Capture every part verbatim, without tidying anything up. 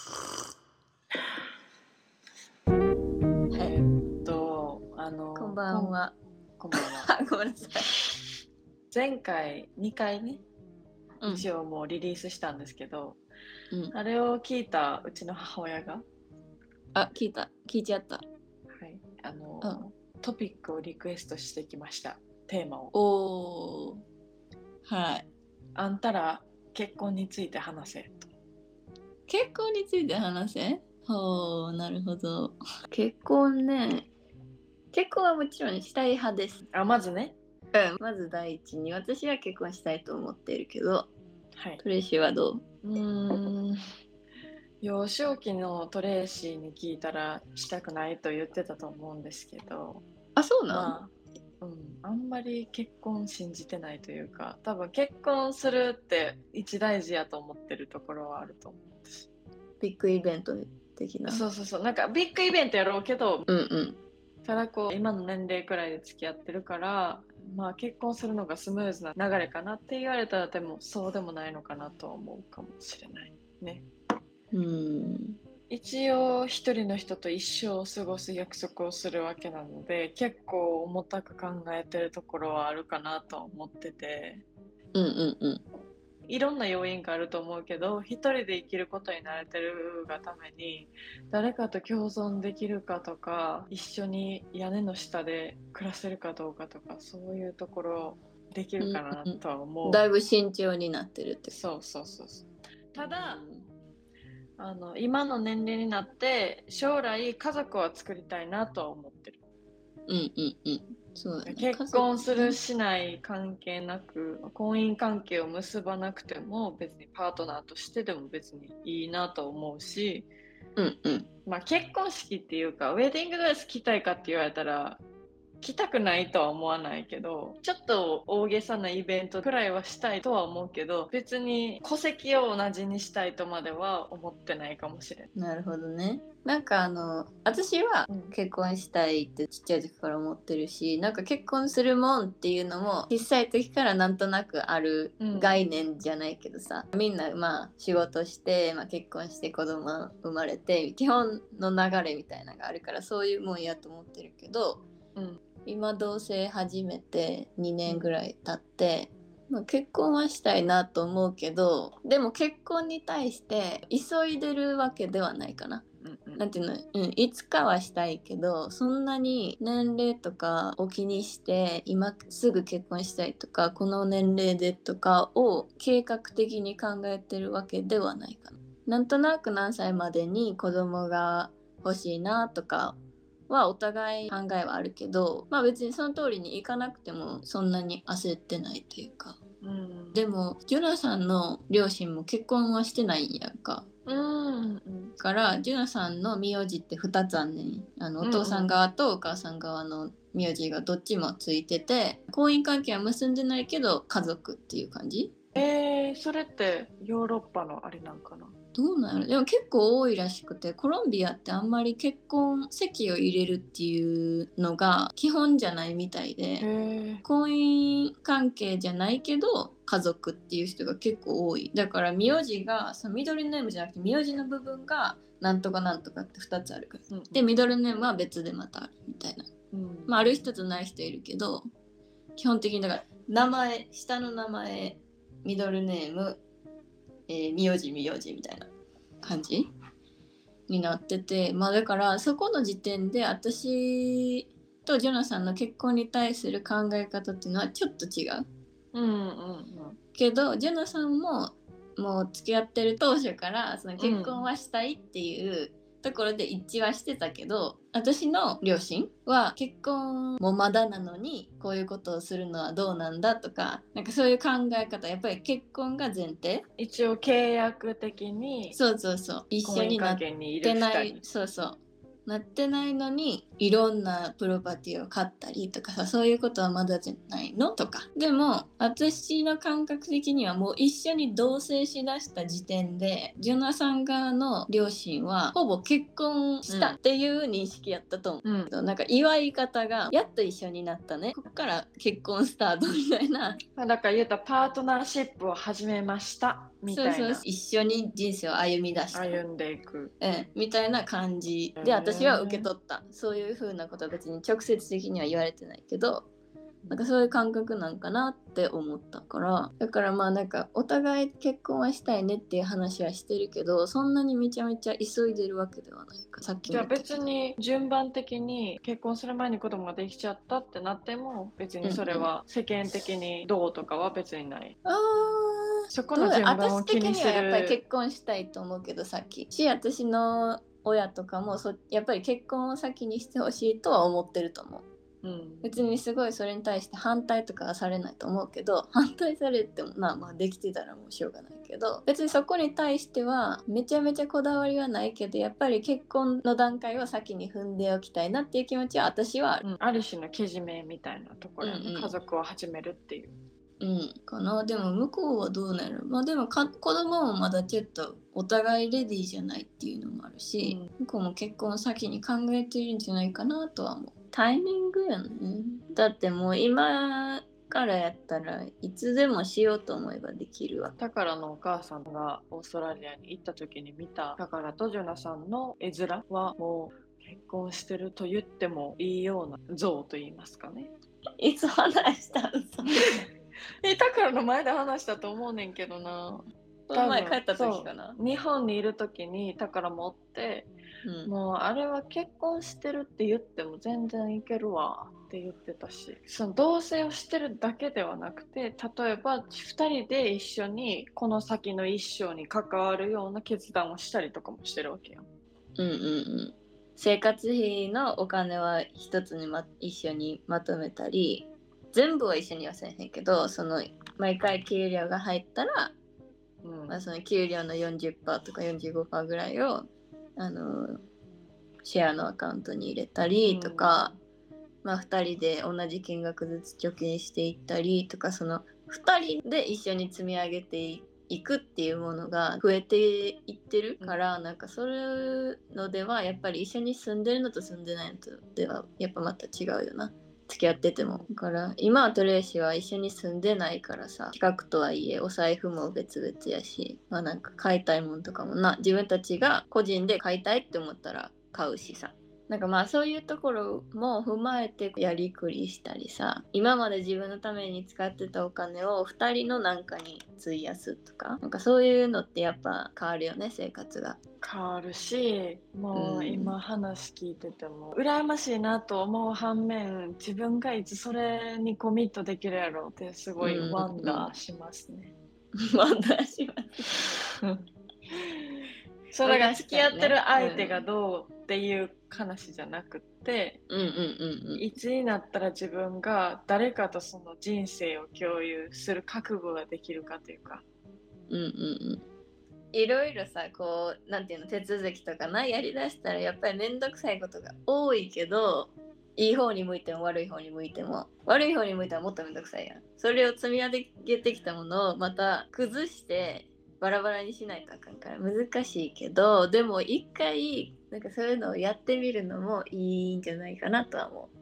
えーっとあのこんばんは。 こんばんは。 ごめんなさい。 前回にかいね、 うん、 一応もうリリースしたんですけど、 うん。 あれを聞いたうちの母親が、 あ、聞いた。聞いちゃった。 はい、あの、 うん、 トピックをリクエストしてきました。テーマを。 おー。はい。 あんたら結婚について話せと。 結婚について話せほー、なるほど。結婚ね。結婚はもちろんしたい派です。 あ、まずね。 うん。まず第一に、私は結婚したいと思っているけど、 はい。 トレイシーはどう？ うーん。幼少期のトレーシーに聞いたらしたくないと言ってたと思うんですけど、 あ、そうなん？ まあ、うん、あんまり結婚信じてないというか、多分結婚するって一大事やと思ってるところはあると思うんです。 ビッグイベント的な。 そうそうそう、なんかビッグイベントやろうけど、 うんうん。 ただこう今の年齢くらいで付き合ってるから、まあ結婚するのがスムーズな流れかなって言われたら、でもそうでもないのかなとは思うかもしれないね。 うーん。 一応一人の人と一生を過ごす約束をするわけなので、結構重たく考えてるところはあるかなと思ってて、 うんうんうん。 いろんな要因があると思うけど、一人で生きることに慣れてるがために誰かと共存できるかとか、一緒に屋根の下で暮らせるかどうかとか、そういうところできるかなとは思う。 だいぶ慎重になってるって。 そうそうそうそう。ただ、あの今の年齢になって将来家族は作りたいなとは思ってる。 うんうんうん。そうだね。 結婚するしない関係なく、婚姻関係を結ばなくても別にパートナーとしてでも別にいいなと思うし、 うんうん。 まあ結婚式っていうかウェディングドレス着たいかって言われたら着たくないとは思わないけど、ちょっと大げさなイベントくらいはしたいとは思うけど、別に戸籍を同じにしたいとまでは思ってないかもしれない。 なるほどね。なんかあの私は結婚したいってちっちゃい時から思ってるし、なんか結婚するもんっていうのも小さい時からなんとなくある概念じゃないけどさ、うん、みんなまあ仕事して、まあ、結婚して子供生まれて基本の流れみたいなのがあるから、そういうもんやと思ってるけど、うん、今同棲始めてにねんぐらい経って、まあ、結婚はしたいなと思うけど、でも結婚に対して急いでるわけではないかな。うんうん、なんていうの、うん、いつかはしたいけど、そんなに年齢とかを気にして今すぐ結婚したいとかこの年齢でとかを計画的に考えてるわけではないかな。なんとなく何歳までに子供が欲しいなとかはお互い考えはあるけど、まあ別にその通りにいかなくてもそんなに焦ってないというか、うん、でもジュナさんの両親も結婚はしてないんやんか。うん、うん、からジュナさんの名字ってふたつあんねん。あのお父さん側とお母さん側の名字がどっちもついてて、婚姻関係は結んでないけど家族っていう感じ。 えー、それってヨーロッパのあれなんかな。 どうなの？でも結構多いらしくて、コロンビアってあんまり結婚籍を入れるっていうのが基本じゃないみたいで、婚姻関係じゃないけど家族っていう人が結構多い。だから名字がそのミドルネームじゃなくて名字の部分がなんとかなんとかってふたつあるから、うん、でミドルネームは別でまたあるみたいな、うん、まあある人とない人いるけど、基本的にだから名前、下の名前、ミドルネーム、えー、名字名字みたいな感じになってて、まあだからそこの時点で私とジョナさんの結婚に対する考え方っていうのはちょっと違う。うんうんうん。けどジョナさんももう付き合ってる当初からその結婚はしたいっていうところで一致はしてたけど、私の両親は結婚もまだなのにこういうことをするのはどうなんだとか、なんかそういう考え方、やっぱり結婚が前提、 一応契約的にそうそうそう一緒になってない、そうそうなってないのにいろんなプロパティを買ったりとかさ、そういうことはまだじゃないのとか。でも私の感覚的にはもう一緒に同棲しだした時点でジョナさん側の両親はほぼ結婚したっていう認識やったと思う、うん、なんか祝い方がやっと一緒になったね、こっから結婚スタートみたいな。 だから言うたらパートナーシップを始めましたみたいな。 そうそう、一緒に人生を歩み出した歩んでいく、 うん、みたいな感じで私は受け取った。そういう風なことは別に直接的には言われてないけど、なんかそういう感覚なんかなって思ったから、だからまあなんかお互い結婚はしたいねっていう話はしてるけど、そんなにめちゃめちゃ急いでるわけではないか。さっきじゃあ別に順番的に結婚する前に子供ができちゃったってなっても別にそれは世間的にどうとかは別にない、 うんうん、あそこの順番を気にする。 私的にはやっぱり結婚したいと思うけど、さっきし私の親とかもそやっぱり結婚を先にしてほしいとは思ってると思う。うん、別にすごいそれに対して反対とかはされないと思うけど、反対されてもまあまあできてたらもうしょうがないけど、別にそこに対してはめちゃめちゃこだわりはないけど、やっぱり結婚の段階を先に踏んでおきたいなっていう気持ちは私はある、 うん、ある種のけじめみたいなところ、うんうん、家族を始めるっていう、 うん、かな。でも向こうはどうなる。まあでもか子供もまだちょっとお互いレディーじゃないっていうのもあるし、うん、向こうも結婚を先に考えてるんじゃないかなとは思う。タイミングやね。だってもう今からやったらいつでもしようと思えばできるわ。 だからのお母さんがオーストラリアに行った時に見ただからとジョナさんの絵面はもう結婚してると言ってもいいような像と言いますかね。 いつ話したんそれえ、だからの前で話したと思うねんけどな。 その前帰った時かな。 日本にいる時に宝持って、うん、もうあれは結婚してるって言っても全然いけるわって言ってたし、その同棲をしてるだけではなくて、例えばふたりで一緒にこの先の一生に関わるような決断をしたりとかもしてるわけよ。 うんうんうん。生活費のお金は一つに、ま、一緒にまとめたり、全部は一緒にはせへんけど、その毎回給料が入ったら、うんまあ、その給料の よんじゅっパーセント とか よんじゅうごパーセント ぐらいをあのシェアのアカウントに入れたりとか、うんまあ、ふたりで同じ金額ずつ貯金していったりとか、そのふたりで一緒に積み上げていくっていうものが増えていってるから、うん、なんかそういうのではやっぱり一緒に住んでるのと住んでないのとではやっぱまた違うよな、付き合ってても。だから今はトレイシーは一緒に住んでないからさ、近くとはいえお財布も別々やし、まあなんか買いたいもんとかもな、自分たちが個人で買いたいって思ったら買うしさ、なんかまあそういうところも踏まえてやりくりしたりさ、今まで自分のために使ってたお金をふたりのなんかに費やすとか、なんかそういうのってやっぱ変わるよね、生活が。 変わるし、もう今話聞いてても、うん、羨ましいなと思う反面、自分がいつそれにコミットできるやろうってすごいワンダーしますね。 うんうん、ワンダーします。 それが付き合ってる相手がどうっていう話じゃなくて、うんうんうんうん、いつになったら自分が誰かとその人生を共有する覚悟ができるかというか、 うんうんうんいろいろさ、こうなんていうの、手続きとかなやりだしたらやっぱりめんどくさいことが多いけど、いい方に向いても悪い方に向いても、悪い方に向いたらもっとめんどくさいやん。それを積み上げてきたものをまた崩してバラバラにしないとあかんから難しいけど、でも一回なんかそういうのをやってみるのもいいんじゃないかなとは思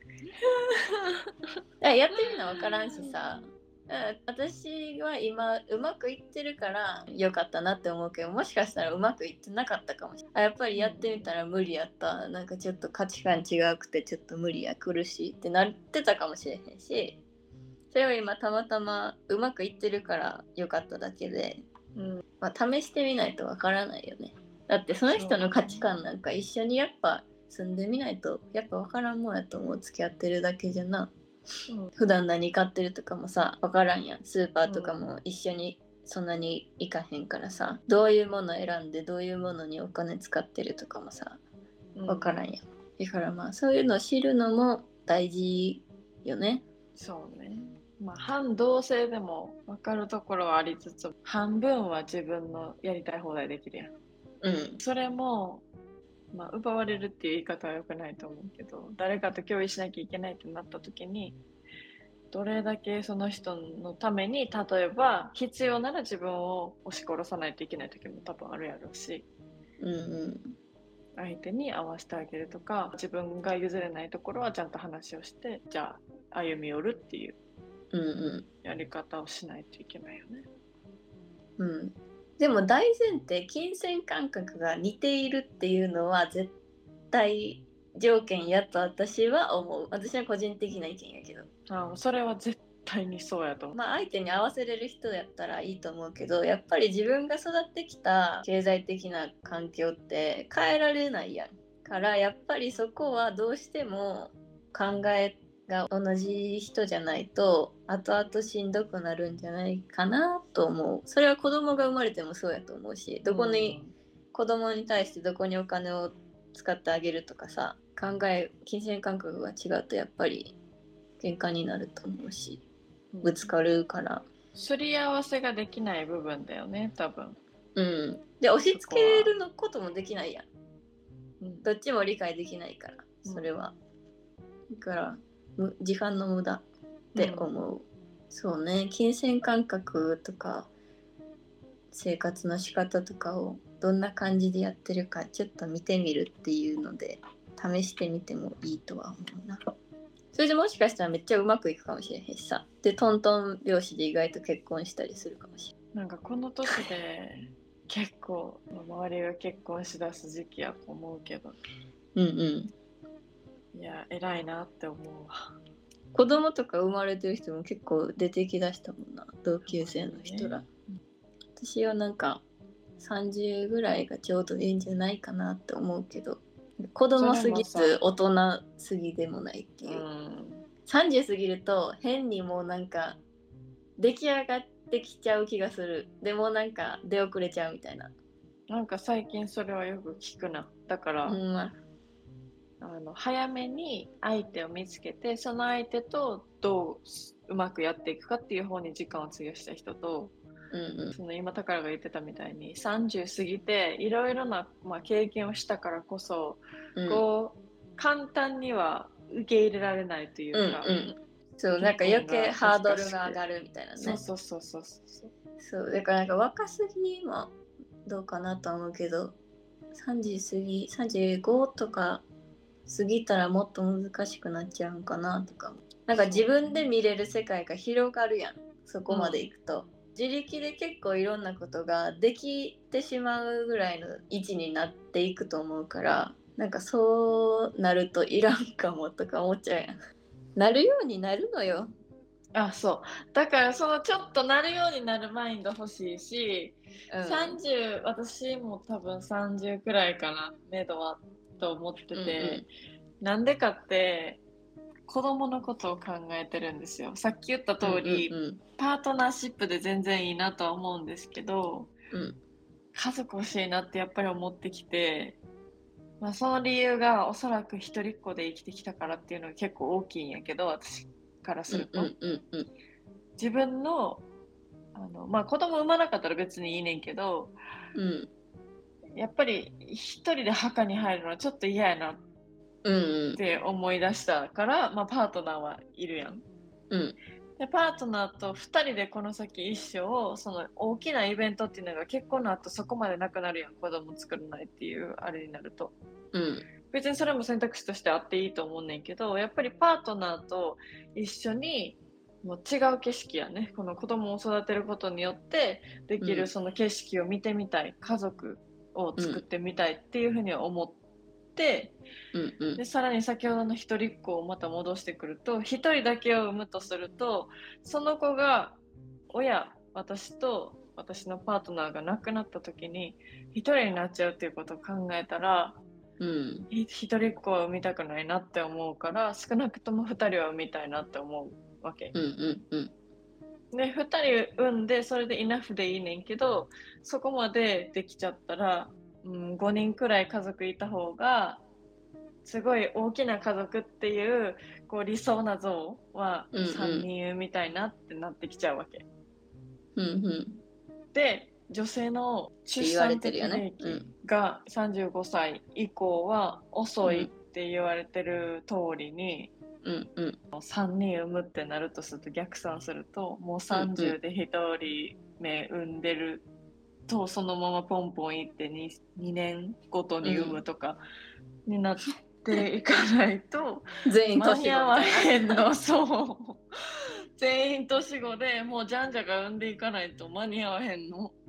う。やってみるのは分からんしさ、私は今うまくいってるから良かったなって思うけど、もしかしたらうまくいってなかったかもしれない。やっぱりやってみたら無理やった、なんかちょっと価値観違うくてちょっと無理や、苦しいってなってたかもしれへんし、それは今たまたまうまくいってるから良かっただけで、うんまあ、試してみないとわからないよね。だってその人の価値観なんか一緒にやっぱ住んでみないとやっぱわからんもんやと思う。付き合ってるだけじゃな、うん、普段何買ってるとかもさ分からんやん。スーパーとかも一緒にそんなに行かへんからさ、どういうもの選んでどういうものにお金使ってるとかもさ分からんやん。だからまあそういうのを知るのも大事よね。 そうね、まあ半同性でも分かるところはありつつ、半分は自分のやりたい放題できるやん。うん、それもまあ、奪われるっていう言い方は良くないと思うけど、誰かと共有しなきゃいけないってなった時にどれだけその人のために、例えば必要なら自分を押し殺さないといけない時も多分あるやろうし、うんうん、相手に合わせてあげるとか、自分が譲れないところはちゃんと話をしてじゃあ歩み寄るっていうやり方をしないといけないよね。 うん、でも大前提金銭感覚が似ているっていうのは絶対条件やと私は思う。私は個人的な意見やけど。 あそれは絶対にそうやと思う。 まあ相手に合わせれる人やったらいいと思うけど、やっぱり自分が育ってきた経済的な環境って変えられないやん。からやっぱりそこはどうしても考えが同じ人じゃないと後々しんどくなるんじゃないかなと思う。それは子供が生まれてもそうやと思うし、どこに、うん、子供に対してどこにお金を使ってあげるとかさ、考え金銭感覚が違うとやっぱり喧嘩になると思うし、ぶつかるから、 すり合わせができない部分だよね多分。 うんで押し付けるのこともできないやん、 うん、 どっちも理解できないからそれは、うん、だから時間の無駄って思う、うん、そうね。金銭感覚とか生活の仕方とかをどんな感じでやってるかちょっと見てみるっていうので試してみてもいいとは思うな。それでもしかしたらめっちゃうまくいくかもしれへんしさ。でトントン拍子で意外と結婚したりするかもしれない。 なんかこの年で結構周りが結婚しだす時期やと思うけど、 うんうんいや偉いなって思うわ。 子供とか生まれてる人も結構出てきだしたもんな、同級生の人ら、ね、私はなんかさんじゅうぐらいがちょうどいいんじゃないかなって思うけど、子供すぎず大人すぎでもないっていう、うん、さんじゅう過ぎると変にもうなんか出来上がってきちゃう気がする。でもなんか出遅れちゃうみたいな。 なんか最近それはよく聞くな。だから、うん、あの早めに相手を見つけてその相手とどううまくやっていくかっていう方に時間を費やした人と、うんうん、その今宝が言ってたみたいにさんじゅう過ぎていろいろな、まあ、経験をしたからこそ、うん、こう簡単には受け入れられないというか、うんうん、 そうなんか余計ハードルが上がるみたいなね。 そうそうそうそうそうそうだからなんか若すぎもどうかなと思うけどさんじゅう過ぎさんじゅうごとか過ぎたらもっと難しくなっちゃうんかなとか、なんか自分で見れる世界が広がるやんそこまでいくと、うん、自力で結構いろんなことができてしまうぐらいの位置になっていくと思うから、なんかそうなるといらんかもとか思っちゃうやん。なるようになるのよ。 あ、そうだからそのちょっとなるようになるマインド欲しいし、うん、さんじゅう私も多分さんじゅうくらいかな目処はと思ってて、うんうん、なんでかって子供のことを考えてるんですよ。さっき言った通り、うんうんうん、パートナーシップで全然いいなとは思うんですけど、うん、家族欲しいなってやっぱり思ってきて、まあ、その理由がおそらく一人っ子で生きてきたからっていうのが結構大きいんやけど私からすると、うんうんうんうん、自分のあの、まあ、子供産まなかったら別にいいねんけど、うん、やっぱり一人で墓に入るのはちょっと嫌やなって思い出したから、うんうん、まあ、パートナーはいるやん、うん、でパートナーとふたりでこの先一生その大きなイベントっていうのが結婚の後そこまでなくなるやん、子供作らないっていうあれになると、うん、別にそれも選択肢としてあっていいと思うねんけど、やっぱりパートナーと一緒にもう違う景色やね、この子供を育てることによってできるその景色を見てみたい、うん、家族を作ってみたいっていうふうに思って、うんうん、でさらに先ほどの一人っ子をまた戻してくると一人だけを産むとするとその子が親私と私のパートナーが亡くなった時に一人になっちゃうっていうことを考えたら、うん、一人っ子は産みたくないなって思うから少なくとも二人は産みたいなって思うわけ、うんうんうん、でふたり産んでそれでイナフでいいねんけどそこまでできちゃったら、うん、ごにんくらい家族いた方がすごい大きな家族っていう、こう理想な像はさんにん産みたいなってなってきちゃうわけ、うんうん、で女性の出産的平均がさんじゅうごさい以降は遅いって言われてる通りに、うんうん、さんにん産むってなるとすると逆算するともうさんじゅうでひとりめ産んでるとそのままポンポンいって 2, にねんごとに産むとかになっていかないと全員年子みたいな間に合わへんの。そう全員年子でもうじゃんじゃが産んでいかないと間に合わへんの。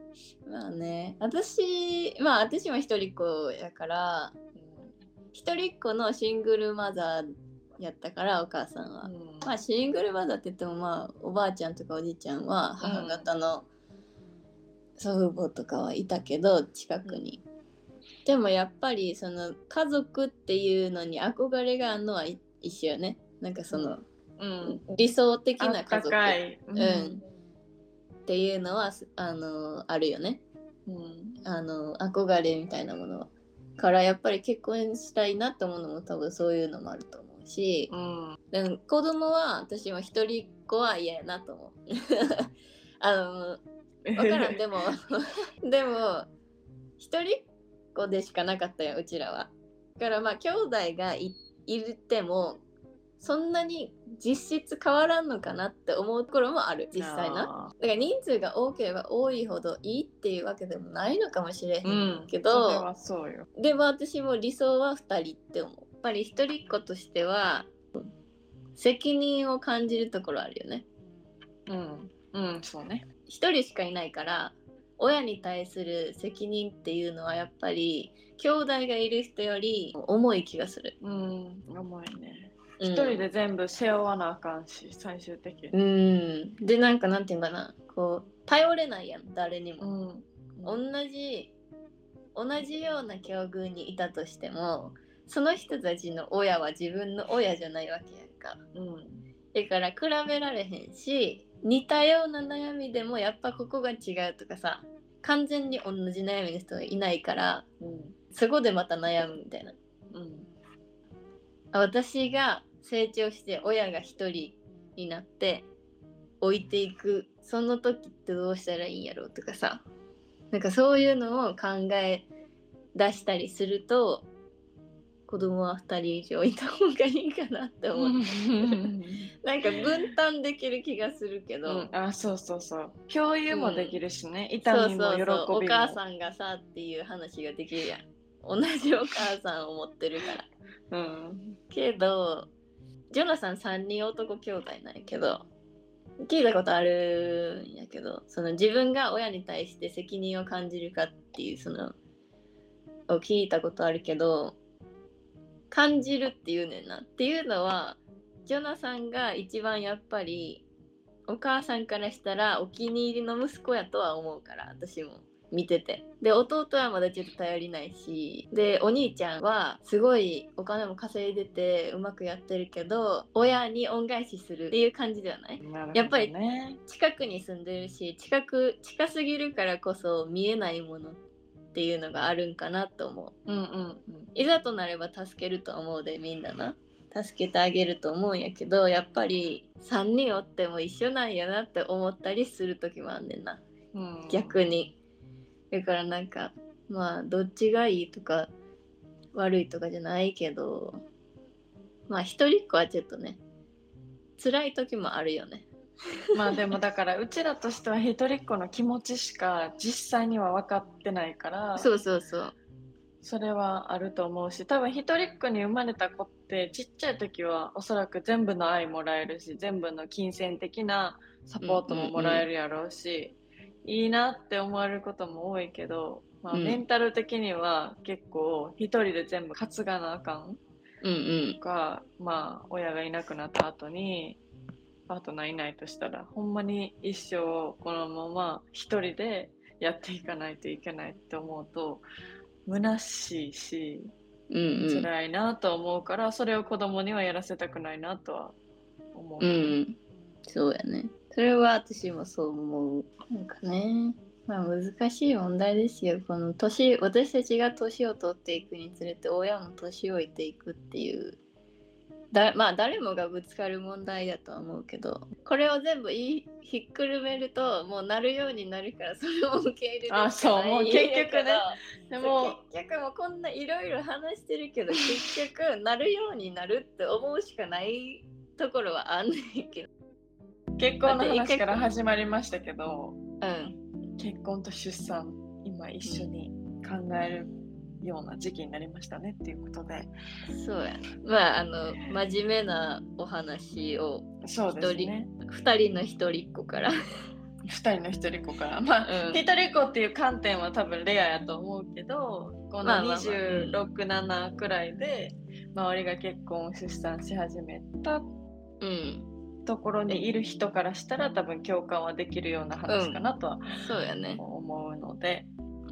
まあね、私まあ私も一人っ子やから、うん、一人っ子のシングルマザーやったからお母さんは、うん、まあシングルマザーって言ってもまあおばあちゃんとかおじいちゃんは母方の祖父母とかはいたけど近くに、うん、でもやっぱりその家族っていうのに憧れがあるのは一緒よね。なんかその、うん、理想的な家族、うん、うん、っていうのはあのあるよね、うん、あの憧れみたいなものはからやっぱり結婚したいなって思うのも多分そういうのもあると思うし、うん、でも子供は私は一人っ子は嫌やなと思うあの分からんでもでも一人っ子でしかなかったようちらは。だからまあ兄弟が い, いてもそんなに実質変わらんのかなって思うところもある実際な。だから人数が多ければ多いほどいいっていうわけでもないのかもしれへんけど、うん、それはそうよ。でも私も理想はふたりって思う。やっぱり一人っ子としては責任を感じるところあるよね。うんうんそうね。一人しかいないから親に対する責任っていうのはやっぱり兄弟がいる人より重い気がする。うん重いね。一人で全部背負わなあかんし、最終的に。うん。で、なんかなんていうかな、こう、頼れないやん、誰にも。うん、同じ、同じような境遇にいたとしても、その人たちの親は自分の親じゃないわけやんか。うん。だから比べられへんし、似たような悩みでもやっぱここが違うとかさ、完全に同じ悩みの人がいないから、うん、そこでまた悩むみたいな。うん。私が成長して親が一人になって置いていくその時ってどうしたらいいんやろうとかさ、なんかそういうのを考え出したりすると子供はふたり以上いた方がいいかなって思ってなんか分担できる気がするけど、うん、あそうそうそう共有もできるしね、うん、痛みも喜びも。そうそうそう、お母さんがさっていう話ができるやん、同じお母さんを持ってるからうん、けどジョナサンさんにん男兄弟なんやけど聞いたことあるんやけど、その自分が親に対して責任を感じるかっていうそのを聞いたことあるけど、感じるっていうねんな。っていうのはジョナサンが一番やっぱりお母さんからしたらお気に入りの息子やとは思うから、私も見てて。で弟はまだちょっと頼りないし、でお兄ちゃんはすごいお金も稼いでてうまくやってるけど親に恩返しするっていう感じではない。なるほどね。やっぱり近くに住んでるし、近く近すぎるからこそ見えないものっていうのがあるんかなと思う。うんうんうん。いざとなれば助けると思うで、みんなな助けてあげると思うんやけど、やっぱりさんにんおっても一緒なんやなって思ったりする時もあんねんな、うん、逆に。だからなんかまあどっちがいいとか悪いとかじゃないけど、まあ一人っ子はちょっとね辛い時もあるよねまあでもだからうちらとしては一人っ子の気持ちしか実際には分かってないからそうそうそうそれはあると思うし、多分一人っ子に生まれた子ってちっちゃい時はおそらく全部の愛もらえるし全部の金銭的なサポートももらえるやろうし、うんうんうん、いいなって思われることも多いけど、まあ、メンタル的には結構一人で全部担がなあかんとか、うんうん、まあ親がいなくなった後にパートナーいないとしたらほんまに一生このまま一人でやっていかないといけないって思うと虚しいし、うんうん、辛いなと思うから、それを子供にはやらせたくないなとは思う、ね。うん、そうやね。それは私もそう思う。なんかね、まあ難しい問題ですよ。この年、私たちが年を取っていくにつれて親も年老いていくっていうだまあ誰もがぶつかる問題だとは思うけど、これを全部ひっくるめるともうなるようになるから、それを受け入れるしかない。あ、そう、もう結局ね。でも結局もうこんないろいろ話してるけど結局なるようになるって思うしかないところはあんねんけど。結婚の話から始まりましたけど、うん、結婚と出産今一緒に考えるような時期になりましたねっていうことで、そうやね。まああの真面目なお話を一人、ね、ふたりの一人っ子からふたりの一人っ子からまあ、うん、一人っ子っていう観点は多分レアやと思うけど、このにじゅうろく、ななくらいで周りが結婚出産し始めたところにいる人からしたら多分共感はできるような話かなとは思うので、 うん、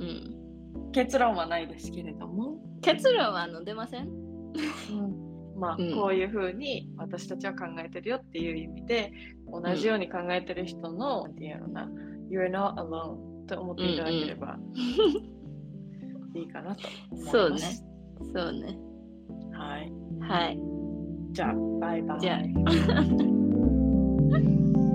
結論はないですけれども、 結論はあの出ません、 うんまあ、うん、こういう風に私たちは考えてるよっていう意味で、同じように考えてる人の、うん、なんていうのな You're not alone と思っていただければいいかなと思います。 そうね。そうね。 はい。 はい。 じゃあ、バイバイ。 じゃあ